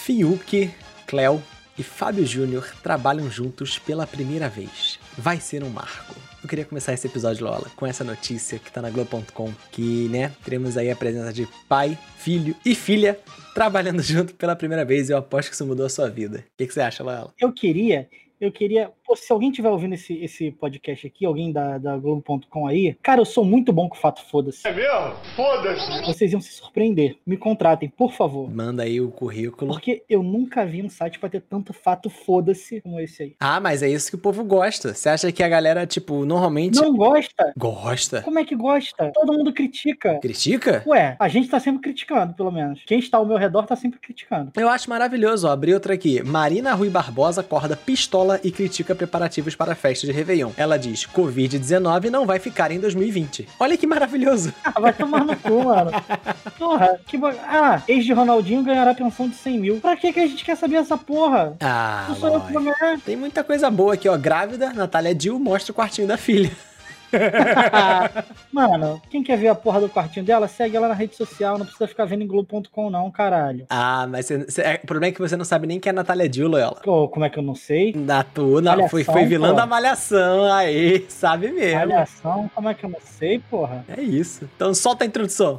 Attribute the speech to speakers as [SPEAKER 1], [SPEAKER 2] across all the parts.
[SPEAKER 1] Fiuk, Cléo e Fábio Júnior trabalham juntos pela primeira vez. Vai ser um marco. Eu queria começar esse episódio, Lola, com essa notícia que tá na Globo.com, que, teremos aí a presença de pai, filho e filha trabalhando junto pela primeira vez, e eu aposto que isso mudou a sua vida. O que você acha, Lola?
[SPEAKER 2] Eu queria... Pô, se alguém estiver ouvindo esse podcast aqui, alguém da Globo.com aí, cara, eu sou muito bom com fato foda-se.
[SPEAKER 3] É mesmo? Foda-se!
[SPEAKER 2] Vocês iam se surpreender. Me contratem, por favor.
[SPEAKER 1] Manda aí o currículo.
[SPEAKER 2] Porque eu nunca vi um site pra ter tanto fato foda-se como esse aí.
[SPEAKER 1] Ah, mas é isso que o povo gosta. Você acha que a galera, normalmente...
[SPEAKER 2] Não gosta?
[SPEAKER 1] Gosta.
[SPEAKER 2] Como é que gosta? Todo mundo critica.
[SPEAKER 1] Critica?
[SPEAKER 2] Ué, a gente tá sempre criticando, pelo menos. Quem está ao meu redor tá sempre criticando.
[SPEAKER 1] Eu acho maravilhoso, ó. Abri outra aqui. Marina Rui Barbosa acorda pistola e critica preparativos para a festa de Réveillon. Ela diz, Covid-19 não vai ficar em 2020. Olha que maravilhoso.
[SPEAKER 2] Ah, vai tomar no cu, mano. Porra, ex de Ronaldinho ganhará pensão de 100 mil. Pra que a gente quer saber essa porra?
[SPEAKER 1] Ah,
[SPEAKER 2] não sou eu que vou ganhar.
[SPEAKER 1] Tem muita coisa boa aqui, ó. Grávida, Natália Dill mostra o quartinho da filha.
[SPEAKER 2] Mano, quem quer ver a porra do quartinho dela, segue ela na rede social, não precisa ficar vendo em Globo.com não, caralho.
[SPEAKER 1] Ah, mas o problema é que você não sabe nem quem é a Natália Dill, Loyola.
[SPEAKER 2] Pô, como é que eu não sei?
[SPEAKER 1] Foi vilã da Malhação, aí, sabe mesmo.
[SPEAKER 2] Malhação, como é que eu não sei, porra?
[SPEAKER 1] É isso. Então solta a introdução.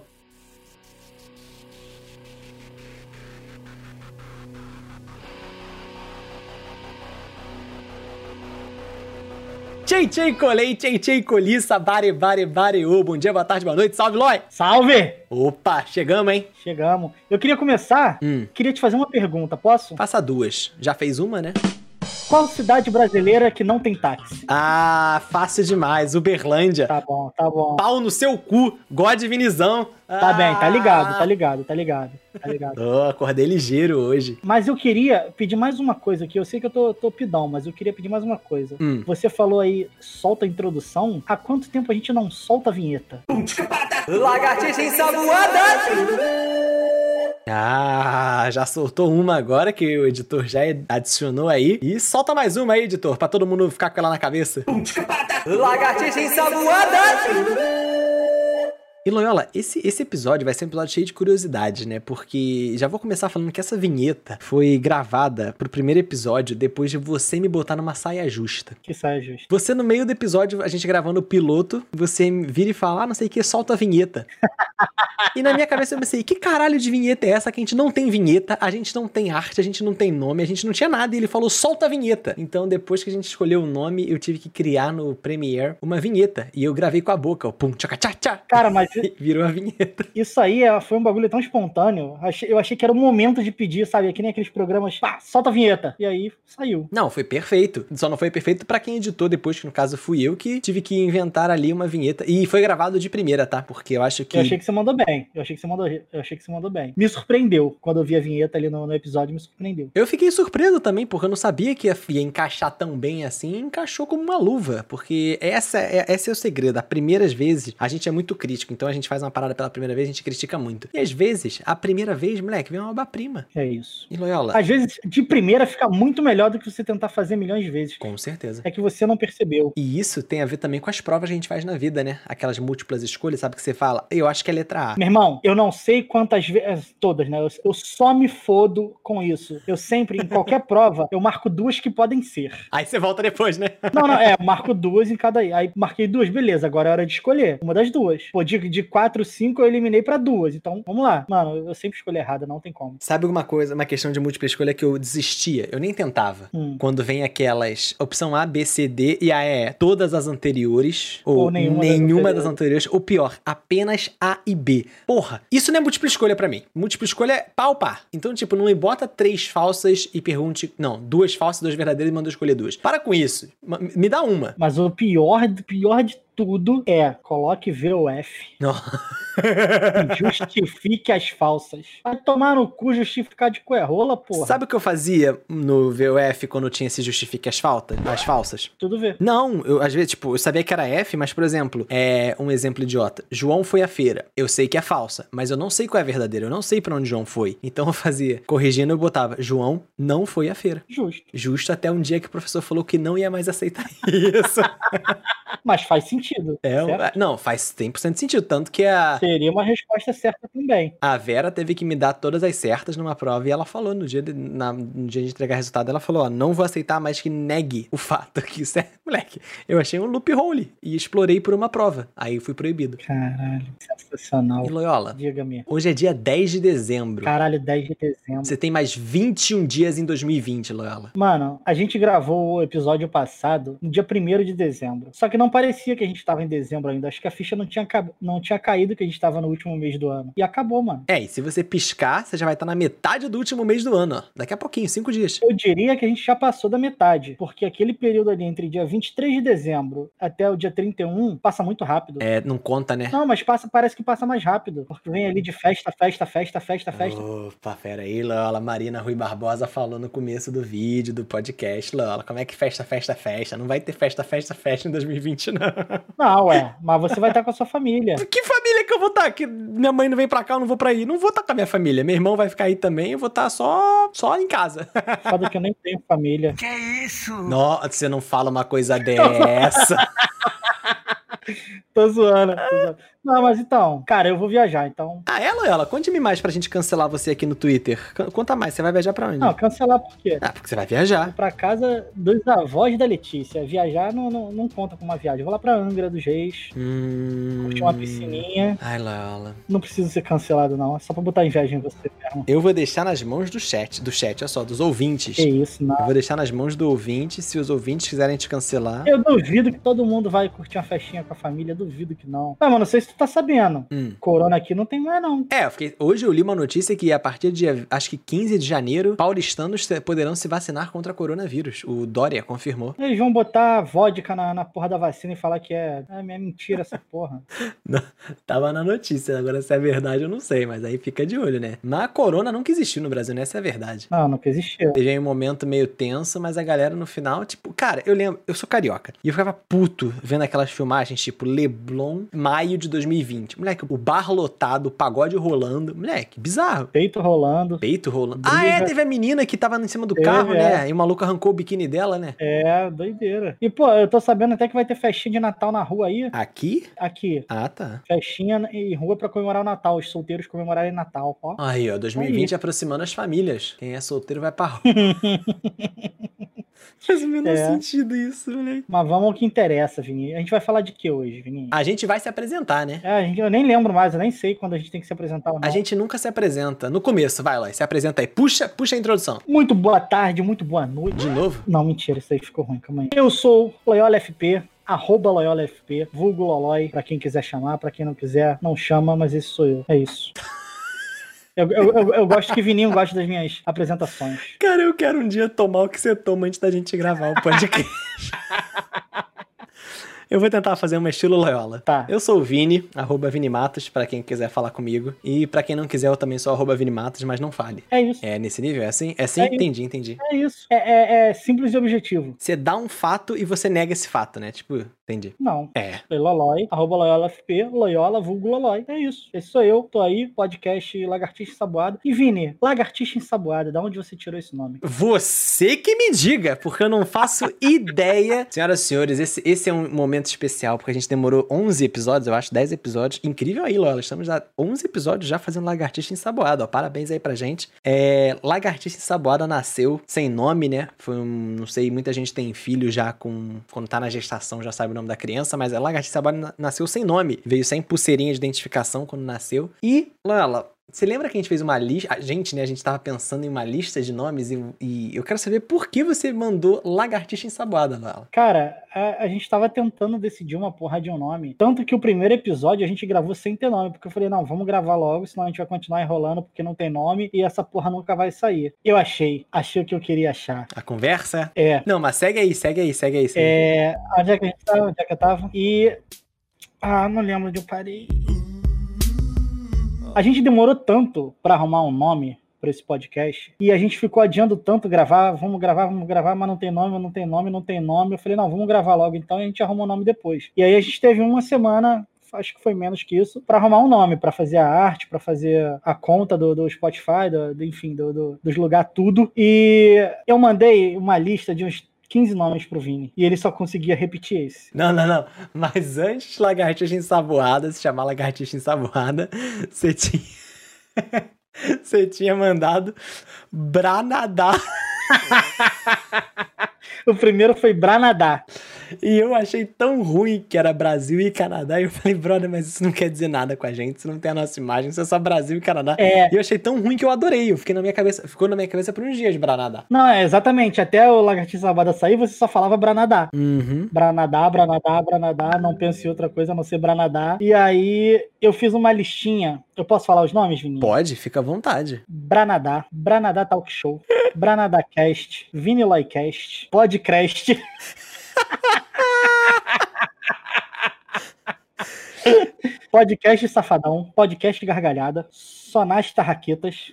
[SPEAKER 1] Tchei, colei, tchei, coliça, bare, bom dia, boa tarde, boa noite, salve, Loi!
[SPEAKER 2] Salve!
[SPEAKER 1] Opa, chegamos, hein?
[SPEAKER 2] Chegamos. Eu queria começar, queria te fazer uma pergunta, posso?
[SPEAKER 1] Faça duas. Já fez uma, né?
[SPEAKER 2] Qual cidade brasileira que não tem táxi?
[SPEAKER 1] Ah, fácil demais, Uberlândia.
[SPEAKER 2] Tá bom.
[SPEAKER 1] Pau no seu cu, God Vinizão.
[SPEAKER 2] Tá bem, tá ligado.
[SPEAKER 1] Acordei ligeiro hoje.
[SPEAKER 2] Mas eu queria pedir mais uma coisa aqui. Eu sei que eu tô pidão, mas eu queria pedir mais uma coisa. Você falou aí, solta a introdução. Há quanto tempo a gente não solta a vinheta?
[SPEAKER 1] Lagartixa ensaboada! Ah, já soltou uma agora que o editor já adicionou aí. E solta mais uma aí, editor, pra todo mundo ficar com ela na cabeça. Lagartixa ensaboada! E Loyola, esse episódio vai ser um episódio cheio de curiosidades, né? Porque já vou começar falando que essa vinheta foi gravada pro primeiro episódio depois de você me botar numa saia justa.
[SPEAKER 2] Que saia justa?
[SPEAKER 1] Você, no meio do episódio, a gente gravando o piloto, você vira e fala, não sei o que, solta a vinheta. E na minha cabeça eu pensei, que caralho de vinheta é essa que a gente não tem vinheta, a gente não tem arte, a gente não tem nome, a gente não tinha nada. E ele falou, solta a vinheta. Então, depois que a gente escolheu o nome, eu tive que criar no Premiere uma vinheta. E eu gravei com a boca, o pum, tchaca, tchá, tchá.
[SPEAKER 2] Cara, mas...
[SPEAKER 1] Virou a vinheta.
[SPEAKER 2] Isso aí foi um bagulho tão espontâneo. Eu achei que era o momento de pedir, sabe? Que nem aqueles programas, pá, solta a vinheta. E aí, saiu.
[SPEAKER 1] Não, foi perfeito. Só não foi perfeito pra quem editou depois, que no caso fui eu que tive que inventar ali uma vinheta. E foi gravado de primeira, tá? Porque eu acho que...
[SPEAKER 2] Eu achei que você mandou bem. Me surpreendeu. Quando eu vi a vinheta ali no episódio, me surpreendeu.
[SPEAKER 1] Eu fiquei surpreso também, porque eu não sabia que ia encaixar tão bem assim. E encaixou como uma luva. Porque esse é o segredo. As primeiras vezes, a gente é muito crítico. Então a gente faz uma parada pela primeira vez, a gente critica muito. E às vezes, a primeira vez, moleque, vem uma obra-prima.
[SPEAKER 2] É isso.
[SPEAKER 1] E Loyola...
[SPEAKER 2] Às vezes, de primeira, fica muito melhor do que você tentar fazer milhões de vezes.
[SPEAKER 1] Com certeza.
[SPEAKER 2] É que você não percebeu.
[SPEAKER 1] E isso tem a ver também com as provas que a gente faz na vida, né? Aquelas múltiplas escolhas, sabe? Que você fala, eu acho que é letra A.
[SPEAKER 2] Meu irmão, eu não sei quantas vezes... Todas, né? Eu só me fodo com isso. Eu sempre, em qualquer prova, eu marco duas que podem ser.
[SPEAKER 1] Aí você volta depois, né?
[SPEAKER 2] Não, eu marco duas em cada... Aí marquei duas, beleza. Agora é hora de escolher. Uma das duas. Pô, de 4, 5 eu eliminei pra 2. Então, vamos lá. Mano, eu sempre escolho errada, não tem como.
[SPEAKER 1] Sabe alguma coisa, uma questão de múltipla escolha que eu desistia? Eu nem tentava. Quando vem aquelas opção A, B, C, D e a E, todas as anteriores, ou nenhuma das anteriores, ou pior, apenas A e B. Porra, isso não é múltipla escolha pra mim. Múltipla escolha é pau par. Então, não me bota 3 falsas e pergunte, não, 2 falsas e 2 verdadeiras e manda eu escolher 2. Para com isso. Me dá uma.
[SPEAKER 2] Mas o pior de tudo é, coloque VOF.
[SPEAKER 1] Não.
[SPEAKER 2] Justifique as falsas. Vai tomar no cu justificar de coerrola, porra.
[SPEAKER 1] Sabe o que eu fazia no VOF quando tinha esse justifique as falsas?
[SPEAKER 2] Tudo ver.
[SPEAKER 1] Não, às vezes, eu sabia que era F, mas, por exemplo, um exemplo idiota. João foi à feira. Eu sei que é falsa, mas eu não sei qual é a verdadeira. Eu não sei pra onde João foi. Então eu fazia, corrigindo, eu botava, João não foi à feira. Justo até um dia que o professor falou que não ia mais aceitar isso.
[SPEAKER 2] Mas faz sentido.
[SPEAKER 1] Não, faz 100% sentido. Tanto que
[SPEAKER 2] teria uma resposta certa também.
[SPEAKER 1] A Vera teve que me dar todas as certas numa prova e ela falou no dia de entregar resultado, ela falou, ó, não vou aceitar mais que negue o fato que isso é... Moleque, eu achei um loophole e explorei por uma prova. Aí fui proibido.
[SPEAKER 2] Caralho, sensacional.
[SPEAKER 1] E Loyola,
[SPEAKER 2] diga-me.
[SPEAKER 1] Hoje é dia 10 de dezembro.
[SPEAKER 2] Caralho, 10 de dezembro.
[SPEAKER 1] Você tem mais 21 dias em 2020, Loyola.
[SPEAKER 2] Mano, a gente gravou o episódio passado no dia 1º de dezembro. Só que não parecia que a gente tava em dezembro ainda. Acho que a ficha não tinha caído que a gente tava no último mês do ano. E acabou, mano.
[SPEAKER 1] E se você piscar, você já vai estar na metade do último mês do ano, ó. Daqui a pouquinho, 5 dias.
[SPEAKER 2] Eu diria que a gente já passou da metade. Porque aquele período ali entre dia 23 de dezembro até o dia 31 passa muito rápido.
[SPEAKER 1] Não conta, né?
[SPEAKER 2] Não, mas parece que passa mais rápido. Porque vem ali de festa.
[SPEAKER 1] Opa, pera aí, Loyola. Marina Rui Barbosa falou no começo do vídeo, do podcast, Loyola. Como é que festa? Não vai ter festa em 2020, não.
[SPEAKER 2] Não, mas você vai estar com a sua família.
[SPEAKER 1] Que família que eu vou estar? Que minha mãe não vem pra cá, eu não vou pra aí. Não vou estar com a minha família. Meu irmão vai ficar aí também, eu vou estar só em casa.
[SPEAKER 2] Foda que eu nem tenho família.
[SPEAKER 1] Que isso? Nossa, você não fala uma coisa dessa.
[SPEAKER 2] Tô zoando. Não, mas então, cara, eu vou viajar, então...
[SPEAKER 1] Loyola, conte-me mais pra gente cancelar você aqui no Twitter. Conta mais, você vai viajar pra onde?
[SPEAKER 2] Não, cancelar por quê?
[SPEAKER 1] Porque você vai viajar.
[SPEAKER 2] Pra casa dos avós da Letícia. Viajar não conta com uma viagem. Eu vou lá pra Angra dos Reis, curtir uma piscininha.
[SPEAKER 1] Ai, Loyola.
[SPEAKER 2] Não preciso ser cancelado, não. É só pra botar inveja em você mesmo.
[SPEAKER 1] Eu vou deixar nas mãos do chat, olha só, dos ouvintes.
[SPEAKER 2] Que isso, não.
[SPEAKER 1] Eu vou deixar nas mãos do ouvinte, se os ouvintes quiserem te cancelar.
[SPEAKER 2] Eu duvido que todo mundo vai curtir uma festinha com a família, duvido que não. Mas, não sei se tu tá sabendo. Corona aqui não tem mais, não.
[SPEAKER 1] Hoje eu li uma notícia que a partir de, acho que 15 de janeiro, paulistanos poderão se vacinar contra coronavírus. O Dória confirmou.
[SPEAKER 2] Eles vão botar vodka na porra da vacina e falar que é mentira essa porra.
[SPEAKER 1] Não, tava na notícia, agora se é verdade eu não sei, mas aí fica de olho, né? Mas a corona nunca existiu no Brasil, né? Essa é a verdade.
[SPEAKER 2] Não, nunca existiu.
[SPEAKER 1] Teve aí um momento meio tenso, mas a galera no final, tipo, cara, eu lembro, eu sou carioca, e eu ficava puto vendo aquelas filmagens, tipo, Leblon, maio de 2020. Moleque, o bar lotado, o pagode rolando. Moleque, bizarro.
[SPEAKER 2] Peito rolando.
[SPEAKER 1] Briga. Teve a menina que tava em cima do carro, né? E o maluco arrancou o biquíni dela, né?
[SPEAKER 2] Doideira. E, pô, eu tô sabendo até que vai ter festinha de Natal na rua aí.
[SPEAKER 1] Aqui?
[SPEAKER 2] Aqui.
[SPEAKER 1] Ah, tá.
[SPEAKER 2] Festinha em rua pra comemorar o Natal. Os solteiros comemorarem Natal, ó.
[SPEAKER 1] Aí, ó, 2020 aproximando as famílias. Quem é solteiro vai pra rua. Faz o menor sentido isso, moleque.
[SPEAKER 2] Mas vamos ao que interessa, Vini. A gente vai falar de que hoje, Vini?
[SPEAKER 1] A gente vai se apresentar, né?
[SPEAKER 2] Eu nem lembro mais, eu nem sei quando a gente tem que se apresentar ou não.
[SPEAKER 1] A gente nunca se apresenta. No começo, vai lá, se apresenta aí. Puxa a introdução.
[SPEAKER 2] Muito boa tarde, muito boa noite.
[SPEAKER 1] De novo?
[SPEAKER 2] Não, mentira, isso aí ficou ruim, calma aí. Eu sou Loyola FP, @LoyolaFP, vulgo Lolói, pra quem quiser chamar, pra quem não quiser, não chama, mas esse sou eu. É isso. Eu gosto que Vininho gosta das minhas apresentações.
[SPEAKER 1] Cara, eu quero um dia tomar o que você toma antes da gente gravar o podcast. Eu vou tentar fazer um estilo Loyola.
[SPEAKER 2] Tá.
[SPEAKER 1] Eu sou o Vini, @ViniMatos, pra quem quiser falar comigo. E pra quem não quiser, eu também sou @ViniMatos, mas não fale.
[SPEAKER 2] É isso.
[SPEAKER 1] É nesse nível? É assim? É assim? Entendi.
[SPEAKER 2] É isso. É simples e objetivo.
[SPEAKER 1] Você dá um fato e você nega esse fato, né? Tipo, entendi.
[SPEAKER 2] Não. Lolói, @LoyolaFP, Loyola, vulgo Lolói. É isso. Esse sou eu, tô aí, podcast Lagartixa Ensaboada. E Vini, Lagartixa Ensaboada, da onde você tirou esse nome?
[SPEAKER 1] Você que me diga, porque eu não faço ideia. Senhoras e senhores, esse é um momento especial, porque a gente demorou 11 episódios, eu acho, 10 episódios. Incrível aí, Lola, estamos já 11 episódios já fazendo Lagartixa Ensaboada, ó, parabéns aí pra gente. Lagartixa Ensaboada nasceu sem nome, né? Não sei, muita gente tem filho já quando tá na gestação já sabe o nome da criança, mas a Lagartixa Ensaboada nasceu sem nome, veio sem pulseirinha de identificação quando nasceu. E, Lola, você lembra que a gente fez uma lista? A gente tava pensando em uma lista de nomes e eu quero saber por que você mandou Lagartixa Ensaboada, Lola.
[SPEAKER 2] Cara, a gente tava tentando decidir uma porra de um nome. Tanto que o primeiro episódio a gente gravou sem ter nome, porque eu falei, não, vamos gravar logo, senão a gente vai continuar enrolando porque não tem nome e essa porra nunca vai sair. Eu achei o que eu queria achar.
[SPEAKER 1] A conversa?
[SPEAKER 2] Não,
[SPEAKER 1] mas segue aí.
[SPEAKER 2] Onde é que a gente tava? Onde é que eu tava? Não lembro onde eu parei. A gente demorou tanto pra arrumar um nome pra esse podcast e a gente ficou adiando tanto gravar, vamos gravar, mas não tem nome. Eu falei, não, vamos gravar logo então e a gente arruma o nome depois. E aí a gente teve uma semana, acho que foi menos que isso, pra arrumar um nome, pra fazer a arte, pra fazer a conta do Spotify, enfim, dos lugares tudo. E eu mandei uma lista de uns 15 nomes pro Vini. E ele só conseguia repetir esse.
[SPEAKER 1] Não. Mas antes de lagartixa ensaboada, se chamar lagartixa ensaboada, você tinha... Você tinha mandado Branadá.
[SPEAKER 2] O primeiro foi Branadá.
[SPEAKER 1] E eu achei tão ruim que era Brasil e Canadá. E eu falei, brother, mas isso não quer dizer nada com a gente. Isso não tem a nossa imagem. Isso é só Brasil e Canadá. E eu achei tão ruim que eu adorei. Ficou na minha cabeça por uns dias, Branadá.
[SPEAKER 2] Não, exatamente. Até o Lagartixa Ensaboada sair, você só falava Branadá.
[SPEAKER 1] Uhum.
[SPEAKER 2] Branadá. Não pense em outra coisa a não ser Branadá. E aí, eu fiz uma listinha. Eu posso falar os nomes, Vini?
[SPEAKER 1] Pode, fica à vontade.
[SPEAKER 2] Branadá Talk Show, Branadá Cast, Viniloicast, Podcast. Podcast Safadão, Podcast Gargalhada, Sonasta Raquetas,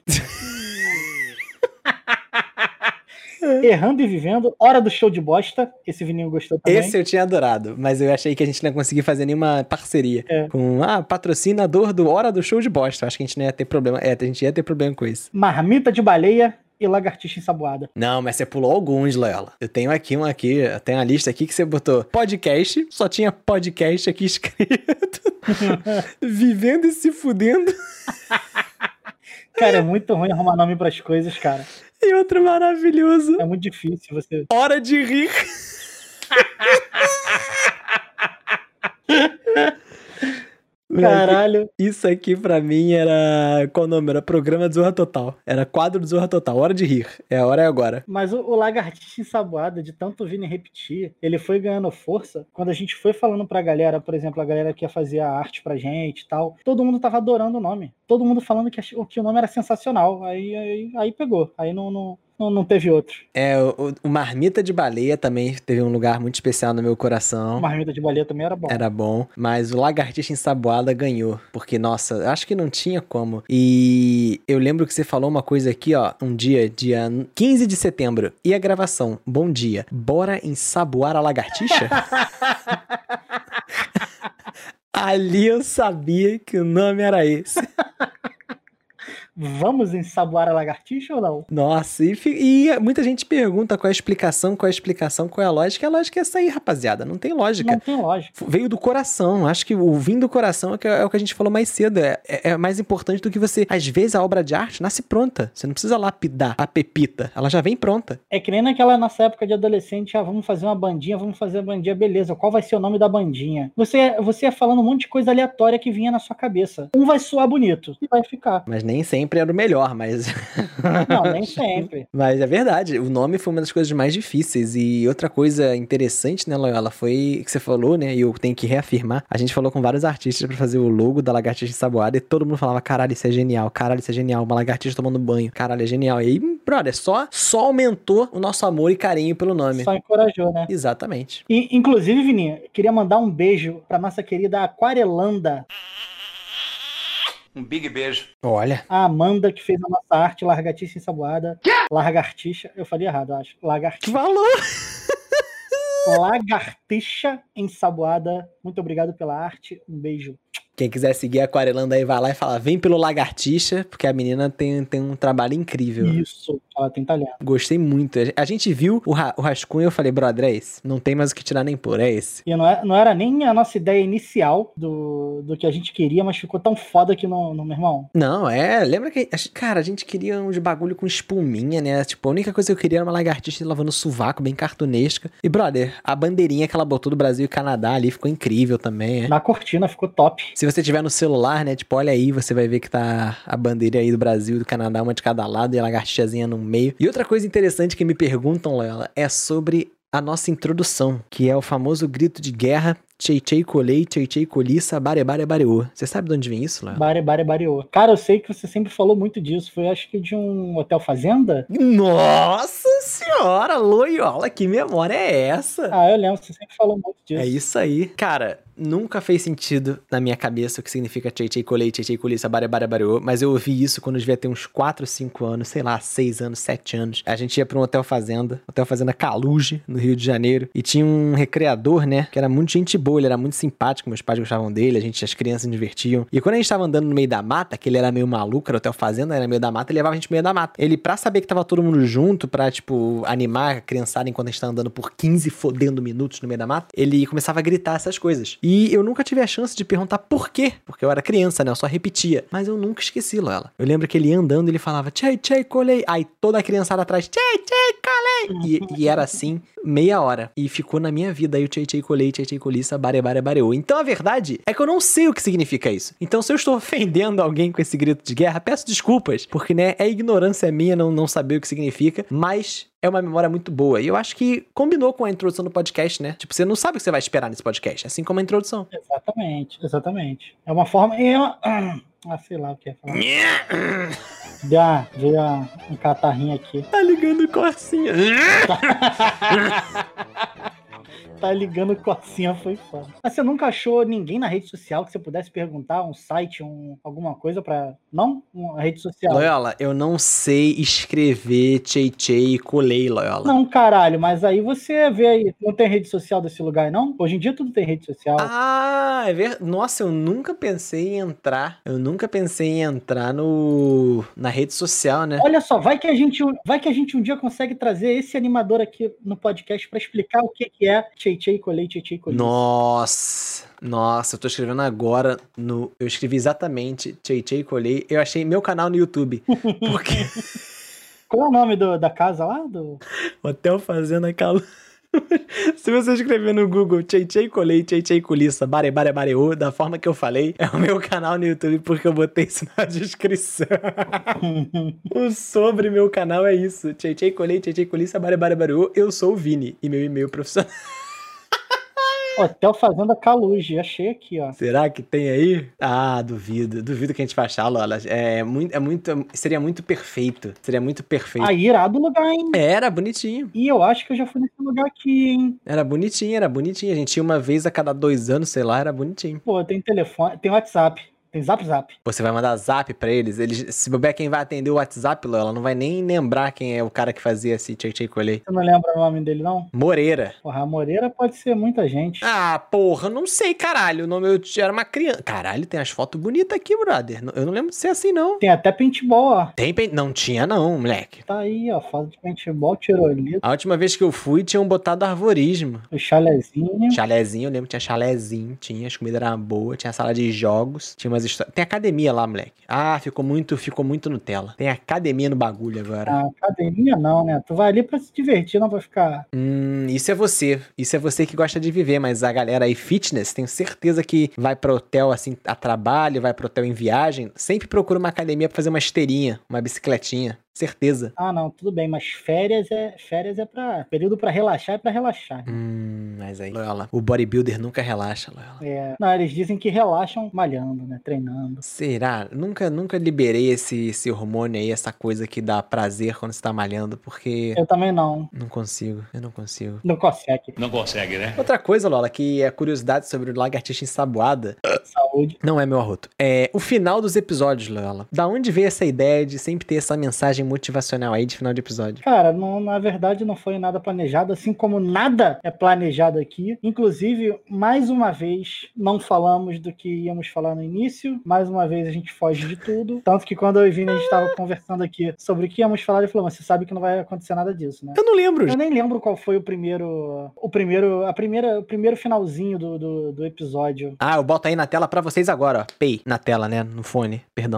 [SPEAKER 2] Errando e Vivendo, Hora do Show de Bosta, esse Vininho gostou também.
[SPEAKER 1] Esse eu tinha adorado, mas eu achei que a gente não ia conseguir fazer nenhuma parceria com patrocinador do Hora do Show de Bosta. Acho que a gente não ia ter problema, a gente ia ter problema com isso.
[SPEAKER 2] Marmita de Baleia e Lagartixa Ensaboada.
[SPEAKER 1] Não, mas você pulou alguns, Loyola. Eu tenho eu tenho uma lista aqui que você botou podcast, só tinha podcast aqui escrito. Vivendo e se fudendo.
[SPEAKER 2] Cara, é muito ruim arrumar nome pras coisas, cara.
[SPEAKER 1] E outro maravilhoso.
[SPEAKER 2] É muito difícil você...
[SPEAKER 1] Hora de rir.
[SPEAKER 2] Caralho.
[SPEAKER 1] Isso aqui pra mim era... Qual o nome? Era programa de Zorra Total. Era quadro de Zorra Total. Hora de rir. A hora é agora.
[SPEAKER 2] Mas o Lagartixa Ensaboada, de tanto Vini repetir, ele foi ganhando força. Quando a gente foi falando pra galera, por exemplo, a galera que ia fazer a arte pra gente e tal, todo mundo tava adorando o nome. Todo mundo falando que o nome era sensacional. Aí pegou. Aí não teve outro.
[SPEAKER 1] O Marmita de Baleia também teve um lugar muito especial no meu coração.
[SPEAKER 2] O Marmita de Baleia também era bom.
[SPEAKER 1] Era bom, mas o Lagartixa Ensaboada ganhou, porque, nossa, acho que não tinha como. E eu lembro que você falou uma coisa aqui, ó, um dia 15 de setembro, e a gravação, bom dia, bora ensaboar a lagartixa? Ali eu sabia que o nome era esse.
[SPEAKER 2] Vamos ensaboar a lagartixa ou não?
[SPEAKER 1] Nossa, e muita gente pergunta qual é a explicação, qual é a lógica. A lógica é essa aí, rapaziada. Não tem lógica.
[SPEAKER 2] Não tem lógica.
[SPEAKER 1] Veio do coração. Acho que o vindo do coração é o que a gente falou mais cedo. É mais importante do que você... Às vezes a obra de arte nasce pronta. Você não precisa lapidar a pepita. Ela já vem pronta.
[SPEAKER 2] É que nem naquela nossa época de adolescente. Vamos fazer uma bandinha, beleza. Qual vai ser o nome da bandinha? Você ia falando um monte de coisa aleatória que vinha na sua cabeça. Um vai soar bonito e vai ficar.
[SPEAKER 1] Mas nem sempre era o melhor, mas...
[SPEAKER 2] Não, nem sempre.
[SPEAKER 1] Mas é verdade, o nome foi uma das coisas mais difíceis. E outra coisa interessante, né, Loyola, foi que você falou, né, e eu tenho que reafirmar, a gente falou com vários artistas pra fazer o logo da lagartixa ensaboada e todo mundo falava, caralho, isso é genial, uma lagartixa tomando banho, caralho, é genial. E aí, brother, só aumentou o nosso amor e carinho pelo nome.
[SPEAKER 2] Só encorajou, né?
[SPEAKER 1] Exatamente.
[SPEAKER 2] E, inclusive, Vininha, queria mandar um beijo pra nossa querida Aquarelanda.
[SPEAKER 3] Um big beijo.
[SPEAKER 1] Olha.
[SPEAKER 2] A Amanda, que fez a nossa arte, Lagartixa Ensaboada. Lagartixa, eu falei errado, eu acho. Lagartixa.
[SPEAKER 1] Falou!
[SPEAKER 2] Lagartixa Ensaboada. Muito obrigado pela arte. Um beijo.
[SPEAKER 1] Quem quiser seguir a Aquarelanda aí, vai lá e fala, vem pelo Lagartixa, porque a menina tem um trabalho incrível.
[SPEAKER 2] Isso, ela tem talento.
[SPEAKER 1] Gostei muito. A gente viu o rascunho e eu falei, brother, é esse. Não tem mais o que tirar nem pôr, é esse.
[SPEAKER 2] E não era nem a nossa ideia inicial do que a gente queria, mas ficou tão foda que não, meu irmão.
[SPEAKER 1] Não, lembra que, cara, a gente queria uns bagulho com espuminha, né? Tipo, a única coisa que eu queria era uma lagartixa lavando sovaco, bem cartunesca. E, brother, a bandeirinha que ela botou do Brasil e Canadá ali ficou incrível também,
[SPEAKER 2] Na cortina ficou top.
[SPEAKER 1] Se você tiver no celular, né, tipo, olha aí, você vai ver que tá a bandeira aí do Brasil e do Canadá, uma de cada lado e a lagartixazinha no meio. E outra coisa interessante que me perguntam, Loyola, é sobre a nossa introdução, que é o famoso grito de guerra, tchei tchei colei, tchei tchei coliça, bare bare bareô. Você sabe de onde vem isso, Léo?
[SPEAKER 2] Bare bare bareô. Cara, eu sei que você sempre falou muito disso. Foi, acho que de um hotel fazenda?
[SPEAKER 1] Nossa senhora, Loyola, que memória é essa?
[SPEAKER 2] Eu lembro, você sempre falou muito disso.
[SPEAKER 1] É isso aí. Cara, nunca fez sentido na minha cabeça o que significa Tchê Colei, Tchê Colissa, Barebarebareô, mas eu ouvi isso quando eu devia ter uns 4, 5 anos, sei lá, 6 anos, 7 anos. A gente ia pra um Hotel Fazenda Caluge, no Rio de Janeiro, e tinha um recreador, né, que era muito gente boa, ele era muito simpático, meus pais gostavam dele, as crianças se divertiam. E quando a gente tava andando no meio da mata, que ele era meio maluco, era Hotel Fazenda, era meio da mata, ele levava a gente no meio da mata. Ele, pra saber que tava todo mundo junto, pra, tipo, animar a criançada enquanto a gente tá andando por 15 fodendo minutos no meio da mata, ele começava a gritar essas coisas. E eu nunca tive a chance de perguntar por quê, porque eu era criança, né, eu só repetia. Mas eu nunca esqueci, Loela. Eu lembro que ele ia andando, ele falava Tchê Colei, aí toda a criançada atrás, Tchê Colei, e era assim, meia hora. E ficou na minha vida aí o Tchê Colei, Tchê Colissa, Barebarebareô. Então a verdade é que eu não sei o que significa isso. Então se eu estou ofendendo alguém com esse grito de guerra, peço desculpas, porque, né, é ignorância minha não saber o que significa, mas é uma memória muito boa. E eu acho que combinou com a introdução do podcast, né? Tipo, você não sabe o que você vai esperar nesse podcast, assim como a introdução.
[SPEAKER 2] Exatamente. É uma forma... sei lá o que é falar. Veio um catarrinho aqui.
[SPEAKER 1] Tá ligando corcinha.
[SPEAKER 2] Tá ligando corcinha, foi foda. Mas você nunca achou ninguém na rede social que você pudesse perguntar, um site, alguma coisa pra... Não? Uma rede social.
[SPEAKER 1] Loyola, eu não sei escrever Tchê Colei, Loyola.
[SPEAKER 2] Não, caralho, mas aí você vê aí, não tem rede social desse lugar, não? Hoje em dia tudo tem rede social.
[SPEAKER 1] Ah, é verdade. Nossa, eu nunca pensei em entrar na rede social, né?
[SPEAKER 2] Olha só, vai que a gente um dia consegue trazer esse animador aqui no podcast pra explicar o que é Tchê Colei, Tchê Colei.
[SPEAKER 1] Nossa, eu tô escrevendo agora eu escrevi exatamente Tchê Colei. Eu achei meu canal no YouTube. Porque...
[SPEAKER 2] Qual é o nome da casa lá?
[SPEAKER 1] Hotel Fazenda Caluge. Se você escrever no Google Tchê Colei, Tchê Colissa, Barebarebareô, da forma que eu falei, é o meu canal no YouTube, porque eu botei isso na descrição. O sobre meu canal é isso. Tchê Colei, Tchê Colissa, Barebarebareô. Eu sou o Vini e meu e-mail profissional.
[SPEAKER 2] Hotel Fazenda Caluge, achei aqui, ó.
[SPEAKER 1] Será que tem aí? Ah, duvido que a gente vai achar, Lola. Seria muito perfeito.
[SPEAKER 2] Ah, irado lugar, hein?
[SPEAKER 1] Era bonitinho.
[SPEAKER 2] E eu acho que eu já fui nesse lugar aqui, hein?
[SPEAKER 1] Era bonitinho. A gente ia uma vez a cada 2 anos, sei lá, era bonitinho.
[SPEAKER 2] Pô, tem telefone, tem WhatsApp. Tem Zap.
[SPEAKER 1] Você vai mandar Zap pra eles? Se bobear quem vai atender o WhatsApp, ela não vai nem lembrar quem é o cara que fazia esse Tchê Colei.
[SPEAKER 2] Você não lembra o nome dele, não?
[SPEAKER 1] Moreira.
[SPEAKER 2] Porra, a Moreira pode ser muita gente.
[SPEAKER 1] Ah, porra, não sei, caralho. O nome eu era uma criança. Caralho, tem as fotos bonitas aqui, brother. Eu não lembro de ser assim, não.
[SPEAKER 2] Tem até paintball, ó.
[SPEAKER 1] Não tinha, não, moleque.
[SPEAKER 2] Tá aí, ó, foto de paintball, tirolito.
[SPEAKER 1] A última vez que eu fui, tinham botado arvorismo.
[SPEAKER 2] O chalezinho.
[SPEAKER 1] Chalezinho, eu lembro que tinha chalezinho, as comidas eram boas, tinha sala de jogos, tinha umas histórias. Tem academia lá, moleque. Ah, ficou muito Nutella. Tem academia no bagulho agora.
[SPEAKER 2] Ah, academia não, né? Tu vai ali pra se divertir, não pra ficar...
[SPEAKER 1] Isso é você. Isso é você que gosta de viver, mas a galera aí fitness, tenho certeza que vai pro hotel, assim, a trabalho, vai pro hotel em viagem, sempre procura uma academia pra fazer uma esteirinha, uma bicicletinha. Certeza.
[SPEAKER 2] Ah, não, tudo bem, mas férias é pra... Período pra relaxar é pra relaxar.
[SPEAKER 1] Mas aí, Loyola, o bodybuilder nunca relaxa, Loyola.
[SPEAKER 2] É, não, eles dizem que relaxam malhando, né, treinando.
[SPEAKER 1] Será? Nunca liberei esse hormônio aí, essa coisa que dá prazer quando você tá malhando, porque...
[SPEAKER 2] Eu também não.
[SPEAKER 1] Eu não consigo.
[SPEAKER 2] Não consegue.
[SPEAKER 3] Não consegue, né?
[SPEAKER 1] Outra coisa, Lola, que é curiosidade sobre o lagartixa ensaboada.
[SPEAKER 2] Saúde.
[SPEAKER 1] Não é meu arroto. É o final dos episódios, Lola. Da onde veio essa ideia de sempre ter essa mensagem motivacional aí de final de episódio?
[SPEAKER 2] Cara, na verdade não foi nada planejado, assim como nada é planejado aqui. Inclusive, mais uma vez, não falamos do que íamos falar no início. Mais uma vez a gente foge de tudo. Tanto que quando eu e Vini a gente tava conversando aqui sobre o que íamos falar, ele falou, mas você sabe que não vai acontecer nada disso, né?
[SPEAKER 1] Eu não lembro.
[SPEAKER 2] Eu nem lembro qual foi o primeiro finalzinho do episódio.
[SPEAKER 1] Ah, eu boto aí na tela pra vocês agora, ó. Pay na tela, né? No fone, perdão.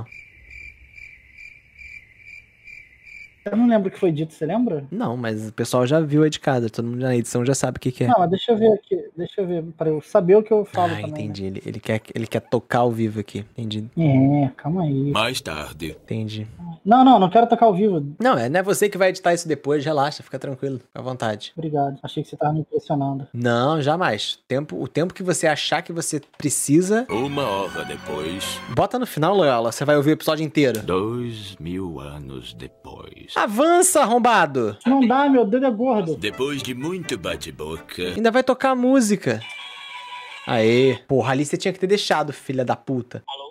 [SPEAKER 2] Eu não lembro o que foi dito, você lembra?
[SPEAKER 1] Não, mas o pessoal já viu aí de casa, todo mundo na edição já sabe o que é.
[SPEAKER 2] Não, mas deixa eu ver aqui, pra eu saber o que eu falo também.
[SPEAKER 1] Entendi,
[SPEAKER 2] né?
[SPEAKER 1] ele quer tocar ao vivo aqui, entendi.
[SPEAKER 2] Calma aí.
[SPEAKER 3] Mais tarde.
[SPEAKER 1] Entendi.
[SPEAKER 2] Não quero tocar ao vivo.
[SPEAKER 1] Não é você que vai editar isso depois, relaxa, fica tranquilo, fica à vontade.
[SPEAKER 2] Obrigado, achei que você tava me impressionando.
[SPEAKER 1] Não, jamais. O tempo que você achar que você precisa...
[SPEAKER 3] 1 hora depois.
[SPEAKER 1] Bota no final, Loyola, você vai ouvir o episódio inteiro.
[SPEAKER 3] 2000 anos depois.
[SPEAKER 1] Avança, arrombado!
[SPEAKER 2] Não dá, meu dedo é gordo.
[SPEAKER 3] Depois de muito bate-boca.
[SPEAKER 1] Ainda vai tocar a música. Aê. Porra, ali você tinha que ter deixado, filha da puta.
[SPEAKER 2] Alô?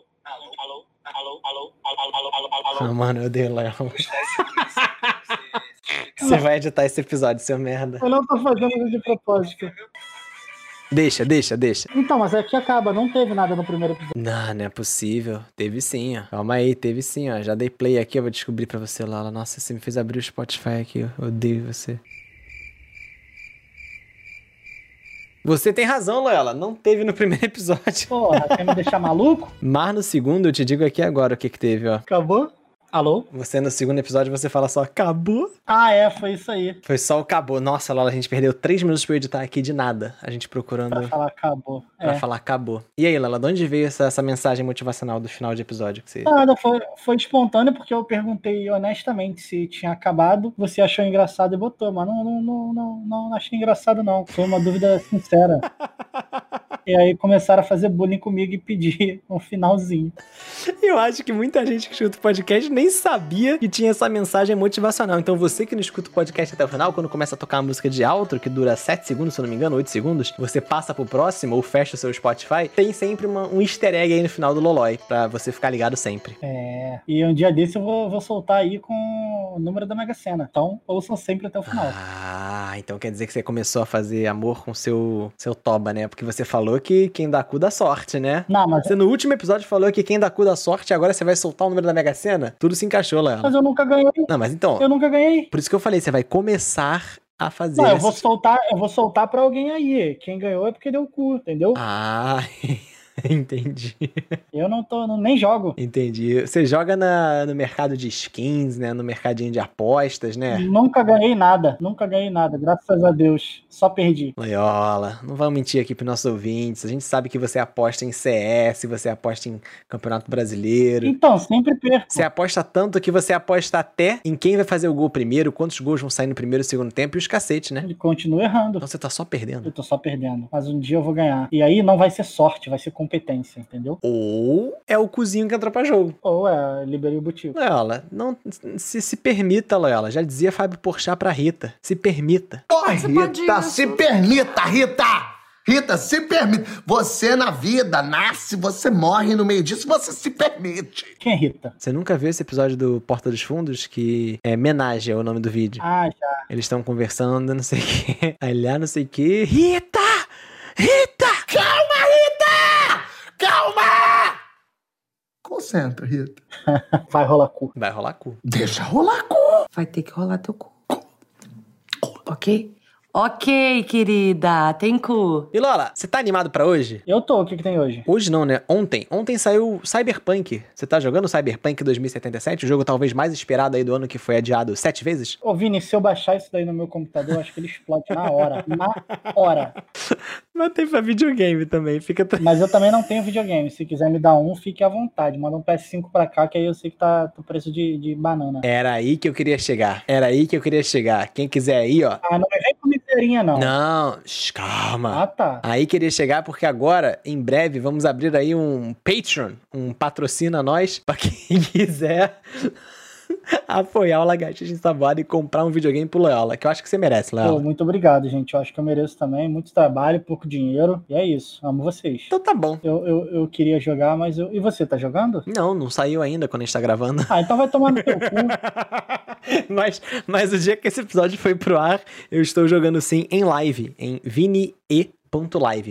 [SPEAKER 1] Ah, mano, eu dei Léo. Você vai editar esse episódio, seu merda.
[SPEAKER 2] Eu não tô fazendo isso de propósito.
[SPEAKER 1] Deixa.
[SPEAKER 2] Então, mas aqui acaba, não teve nada no primeiro episódio.
[SPEAKER 1] Não é possível. Teve sim, ó. Calma aí, teve sim, ó. Já dei play aqui, eu vou descobrir pra você, Lala. Nossa, você me fez abrir o Spotify aqui, eu odeio você. Você tem razão, Loyola. Não teve no primeiro episódio.
[SPEAKER 2] Porra, quer me deixar maluco?
[SPEAKER 1] Mas no segundo, eu te digo aqui agora o que teve, ó.
[SPEAKER 2] Acabou? Alô?
[SPEAKER 1] Você no segundo episódio, você fala só, acabou?
[SPEAKER 2] Ah, foi isso aí.
[SPEAKER 1] Foi só o acabou. Nossa, Lola, a gente perdeu 3 minutos pra eu editar aqui de nada. A gente procurando...
[SPEAKER 2] Pra falar acabou.
[SPEAKER 1] Pra falar acabou. E aí, Lola, de onde veio essa mensagem motivacional do final de episódio? Que você...
[SPEAKER 2] Nada, foi espontâneo porque eu perguntei honestamente se tinha acabado. Você achou engraçado e botou, mas não achei engraçado não. Foi uma dúvida sincera. E aí começaram a fazer bullying comigo e pedir um finalzinho.
[SPEAKER 1] Eu acho que muita gente que escuta o podcast nem sabia que tinha essa mensagem motivacional. Então você que não escuta o podcast até o final, quando começa a tocar a música de outro, que dura 7 segundos, se eu não me engano, 8 segundos, você passa pro próximo ou fecha o seu Spotify, tem sempre um easter egg aí no final do Lolói, pra você ficar ligado sempre.
[SPEAKER 2] E um dia desse eu vou soltar aí com o número da Mega Sena. Então ouçam sempre até o final.
[SPEAKER 1] Ah, então quer dizer que você começou a fazer amor com seu toba, né? Porque você falou que quem dá cu dá sorte, né?
[SPEAKER 2] Não, mas...
[SPEAKER 1] Você no último episódio falou que quem dá cu dá sorte, agora você vai soltar o número da Mega Sena? Tudo se encaixou, Léo.
[SPEAKER 2] Mas eu nunca ganhei.
[SPEAKER 1] Não, mas então...
[SPEAKER 2] Eu nunca ganhei.
[SPEAKER 1] Por isso que eu falei, você vai começar a fazer...
[SPEAKER 2] Não, eu vou soltar pra alguém aí. Quem ganhou é porque deu cu, entendeu?
[SPEAKER 1] Ah... Entendi.
[SPEAKER 2] Eu nem jogo.
[SPEAKER 1] Entendi. Você joga no mercado de skins, né? No mercadinho de apostas, né?
[SPEAKER 2] Nunca ganhei nada, graças a Deus. Só perdi.
[SPEAKER 1] Loyola, não vamos mentir aqui pros nossos ouvintes. A gente sabe que você aposta em CS, você aposta em Campeonato Brasileiro.
[SPEAKER 2] Então, sempre perco.
[SPEAKER 1] Você aposta tanto que você aposta até em quem vai fazer o gol primeiro, quantos gols vão sair no primeiro e segundo tempo e os cacetes, né?
[SPEAKER 2] E continuo errando.
[SPEAKER 1] Então você tá só perdendo.
[SPEAKER 2] Eu tô só perdendo. Mas um dia eu vou ganhar. E aí não vai ser sorte, vai ser competência, entendeu?
[SPEAKER 1] Ou é o cozinho que entrou pra jogo.
[SPEAKER 2] Ou liberei o butico.
[SPEAKER 1] Loyola, não se permita, Loyola. Já dizia Fábio Porchat pra Rita. Se permita.
[SPEAKER 4] Rita, se permita, Rita! Rita, se permita. Você na vida nasce, você morre no meio disso, você se permite.
[SPEAKER 2] Quem é Rita?
[SPEAKER 1] Você nunca viu esse episódio do Porta dos Fundos? Que é Menage, é o nome do vídeo.
[SPEAKER 2] Ah, já.
[SPEAKER 1] Eles estão conversando, não sei o que. Aí lá, não sei o que. Rita! Rita!
[SPEAKER 4] Calma, Rita! Calma! Concentra, Rita.
[SPEAKER 2] Vai rolar cu.
[SPEAKER 1] Vai rolar cu.
[SPEAKER 4] Deixa rolar cu.
[SPEAKER 5] Vai ter que rolar teu cu. Ok? Ok, querida. Tem cu.
[SPEAKER 1] E Lola, você tá animado pra hoje?
[SPEAKER 2] Eu tô. O que tem hoje?
[SPEAKER 1] Hoje não, né? Ontem. Ontem saiu Cyberpunk. Você tá jogando Cyberpunk 2077? O jogo talvez mais esperado aí do ano, que foi adiado 7 vezes?
[SPEAKER 2] Ô, Vini, se eu baixar isso daí no meu computador, eu acho que ele explode na hora. Na hora.
[SPEAKER 1] Mas tem pra videogame também, fica...
[SPEAKER 2] Mas eu também não tenho videogame. Se quiser me dar um, fique à vontade. Manda um PS5 pra cá, que aí eu sei que tá o preço de banana.
[SPEAKER 1] Era aí que eu queria chegar. Quem quiser aí, ó.
[SPEAKER 2] Ah, não me vem com miserinha, não.
[SPEAKER 1] Não, calma.
[SPEAKER 2] Ah, tá.
[SPEAKER 1] Aí queria chegar porque agora, em breve, vamos abrir aí um Patreon, um patrocina nós, pra quem quiser apoiar o Lagartixa Ensaboada e comprar um videogame pro Loyola, que eu acho que você merece, Loyola.
[SPEAKER 2] Pô, muito obrigado, gente. Eu acho que eu mereço também. Muito trabalho, pouco dinheiro. E é isso. Amo vocês.
[SPEAKER 1] Então tá bom.
[SPEAKER 2] Eu queria jogar, mas eu... E você, tá jogando?
[SPEAKER 1] Não saiu ainda quando a gente tá gravando.
[SPEAKER 2] Ah, então vai tomar no teu cu.
[SPEAKER 1] mas o dia que esse episódio foi pro ar, eu estou jogando sim em live, em vine.live,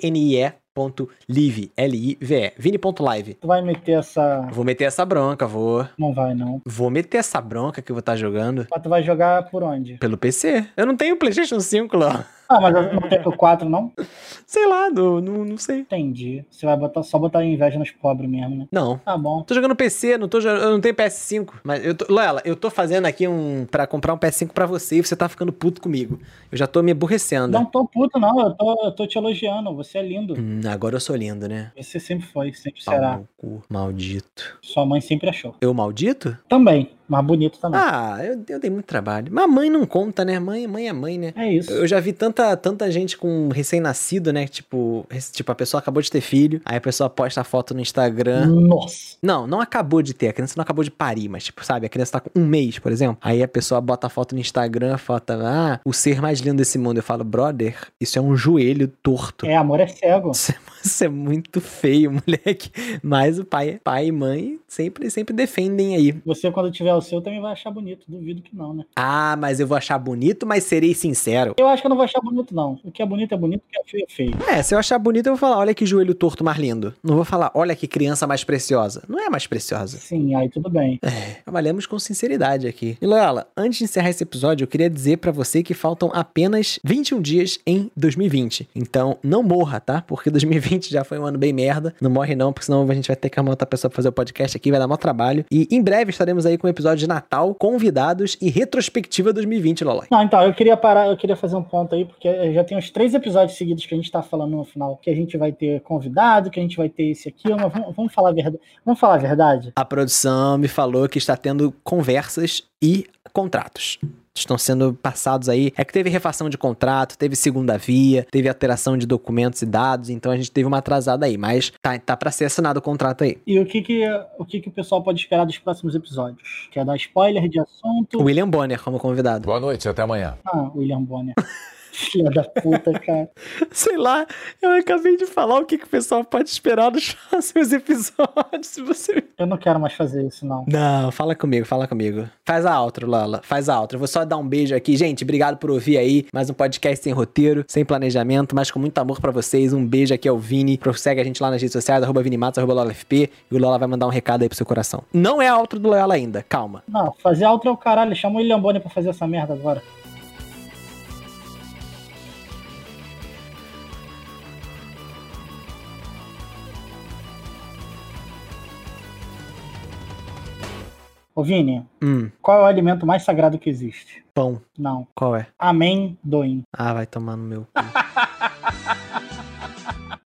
[SPEAKER 1] VINIE.live, L-I-V-E, vini.live.
[SPEAKER 2] Tu vai meter essa...
[SPEAKER 1] Vou meter essa bronca, vou.
[SPEAKER 2] Não vai, não.
[SPEAKER 1] Vou meter essa bronca que eu vou estar jogando.
[SPEAKER 2] Mas tu vai jogar por onde?
[SPEAKER 1] Pelo PC. Eu não tenho PlayStation 5 lá.
[SPEAKER 2] Ah, mas não tem o 4, não?
[SPEAKER 1] Sei lá, não sei.
[SPEAKER 2] Entendi. Você vai só botar inveja nos pobres mesmo, né?
[SPEAKER 1] Não.
[SPEAKER 2] Tá bom.
[SPEAKER 1] Tô jogando PC, eu não tenho PS5. Mas Loyola, eu tô fazendo aqui pra comprar um PS5 pra você e você tá ficando puto comigo. Eu já tô me aborrecendo.
[SPEAKER 2] Não tô puto, não. Eu tô te elogiando. Você é lindo.
[SPEAKER 1] Agora eu sou lindo, né?
[SPEAKER 2] Você sempre foi, sempre será.
[SPEAKER 1] Cu, maldito.
[SPEAKER 2] Sua mãe sempre achou.
[SPEAKER 1] Eu maldito?
[SPEAKER 2] Também. Mas bonito também.
[SPEAKER 1] Ah, eu dei muito trabalho. Mas mãe não conta, né? Mãe é mãe, né?
[SPEAKER 2] É isso.
[SPEAKER 1] Eu já vi tanta gente com recém-nascido, né? Tipo, a pessoa acabou de ter filho, aí a pessoa posta a foto no Instagram.
[SPEAKER 2] Nossa.
[SPEAKER 1] Não acabou de ter, a criança não acabou de parir, mas tipo, sabe, a criança tá com 1 mês, por exemplo. Aí a pessoa bota a foto no Instagram, o ser mais lindo desse mundo. Eu falo, brother, isso é um joelho torto.
[SPEAKER 2] É, amor é cego.
[SPEAKER 1] Isso é muito feio, moleque. Mas o pai e mãe sempre defendem aí.
[SPEAKER 2] Você, quando tiver o seu, também vai achar bonito. Duvido que não, né?
[SPEAKER 1] Ah, mas eu vou achar bonito, mas serei sincero.
[SPEAKER 2] Eu acho que eu não vou achar bonito, não. O que é bonito, o que é feio é feio.
[SPEAKER 1] É, se eu achar bonito, eu vou falar, olha que joelho torto mais lindo. Não vou falar, olha que criança mais preciosa. Não é mais preciosa.
[SPEAKER 2] Sim, aí tudo bem.
[SPEAKER 1] Trabalhamos com sinceridade aqui. E Loyola, antes de encerrar esse episódio, eu queria dizer pra você que faltam apenas 21 dias em 2020. Então, não morra, tá? Porque 2020 já foi um ano bem merda. Não morre não, porque senão a gente vai ter que arrumar outra pessoa pra fazer o podcast aqui, vai dar maior trabalho. E em breve estaremos aí com um episódio de Natal, convidados e retrospectiva 2020, Lolói.
[SPEAKER 2] Não, então, eu queria fazer um ponto aí, porque já tem uns 3 episódios seguidos que a gente tá falando no final, que a gente vai ter convidado, que a gente vai ter esse aqui, mas vamos falar a verdade. Vamos falar a verdade?
[SPEAKER 1] A produção me falou que está tendo conversas e contratos. Estão sendo passados aí. É que teve refação de contrato, teve segunda via, teve alteração de documentos e dados, então a gente teve uma atrasada aí, mas tá pra ser assinado o contrato aí.
[SPEAKER 2] E o que o pessoal pode esperar dos próximos episódios? Quer dar spoiler de assunto?
[SPEAKER 1] William Bonner como convidado.
[SPEAKER 3] Boa noite, até amanhã.
[SPEAKER 2] Ah, William Bonner. Filha da puta, cara.
[SPEAKER 1] Sei lá, eu acabei de falar o que o pessoal pode esperar nos próximos episódios, se você...
[SPEAKER 2] Eu não quero mais fazer isso, não.
[SPEAKER 1] Não, fala comigo. Faz a outro, Lala, faz a outra. Eu vou só dar um beijo aqui. Gente, obrigado por ouvir aí. Mais um podcast sem roteiro, sem planejamento, mas com muito amor pra vocês. Um beijo aqui ao Vini. Segue a gente lá nas redes sociais, @ViniMatos, @LolaFP, e o Lola vai mandar um recado aí pro seu coração. Não é a outro do Loyola ainda, calma.
[SPEAKER 2] Não, fazer a outra é o caralho. Chama o William Bonner pra fazer essa merda agora. Ô Vini, qual é o alimento mais sagrado que existe?
[SPEAKER 1] Pão.
[SPEAKER 2] Não.
[SPEAKER 1] Qual é?
[SPEAKER 2] Amendoim.
[SPEAKER 1] Ah, vai tomar no meu cu.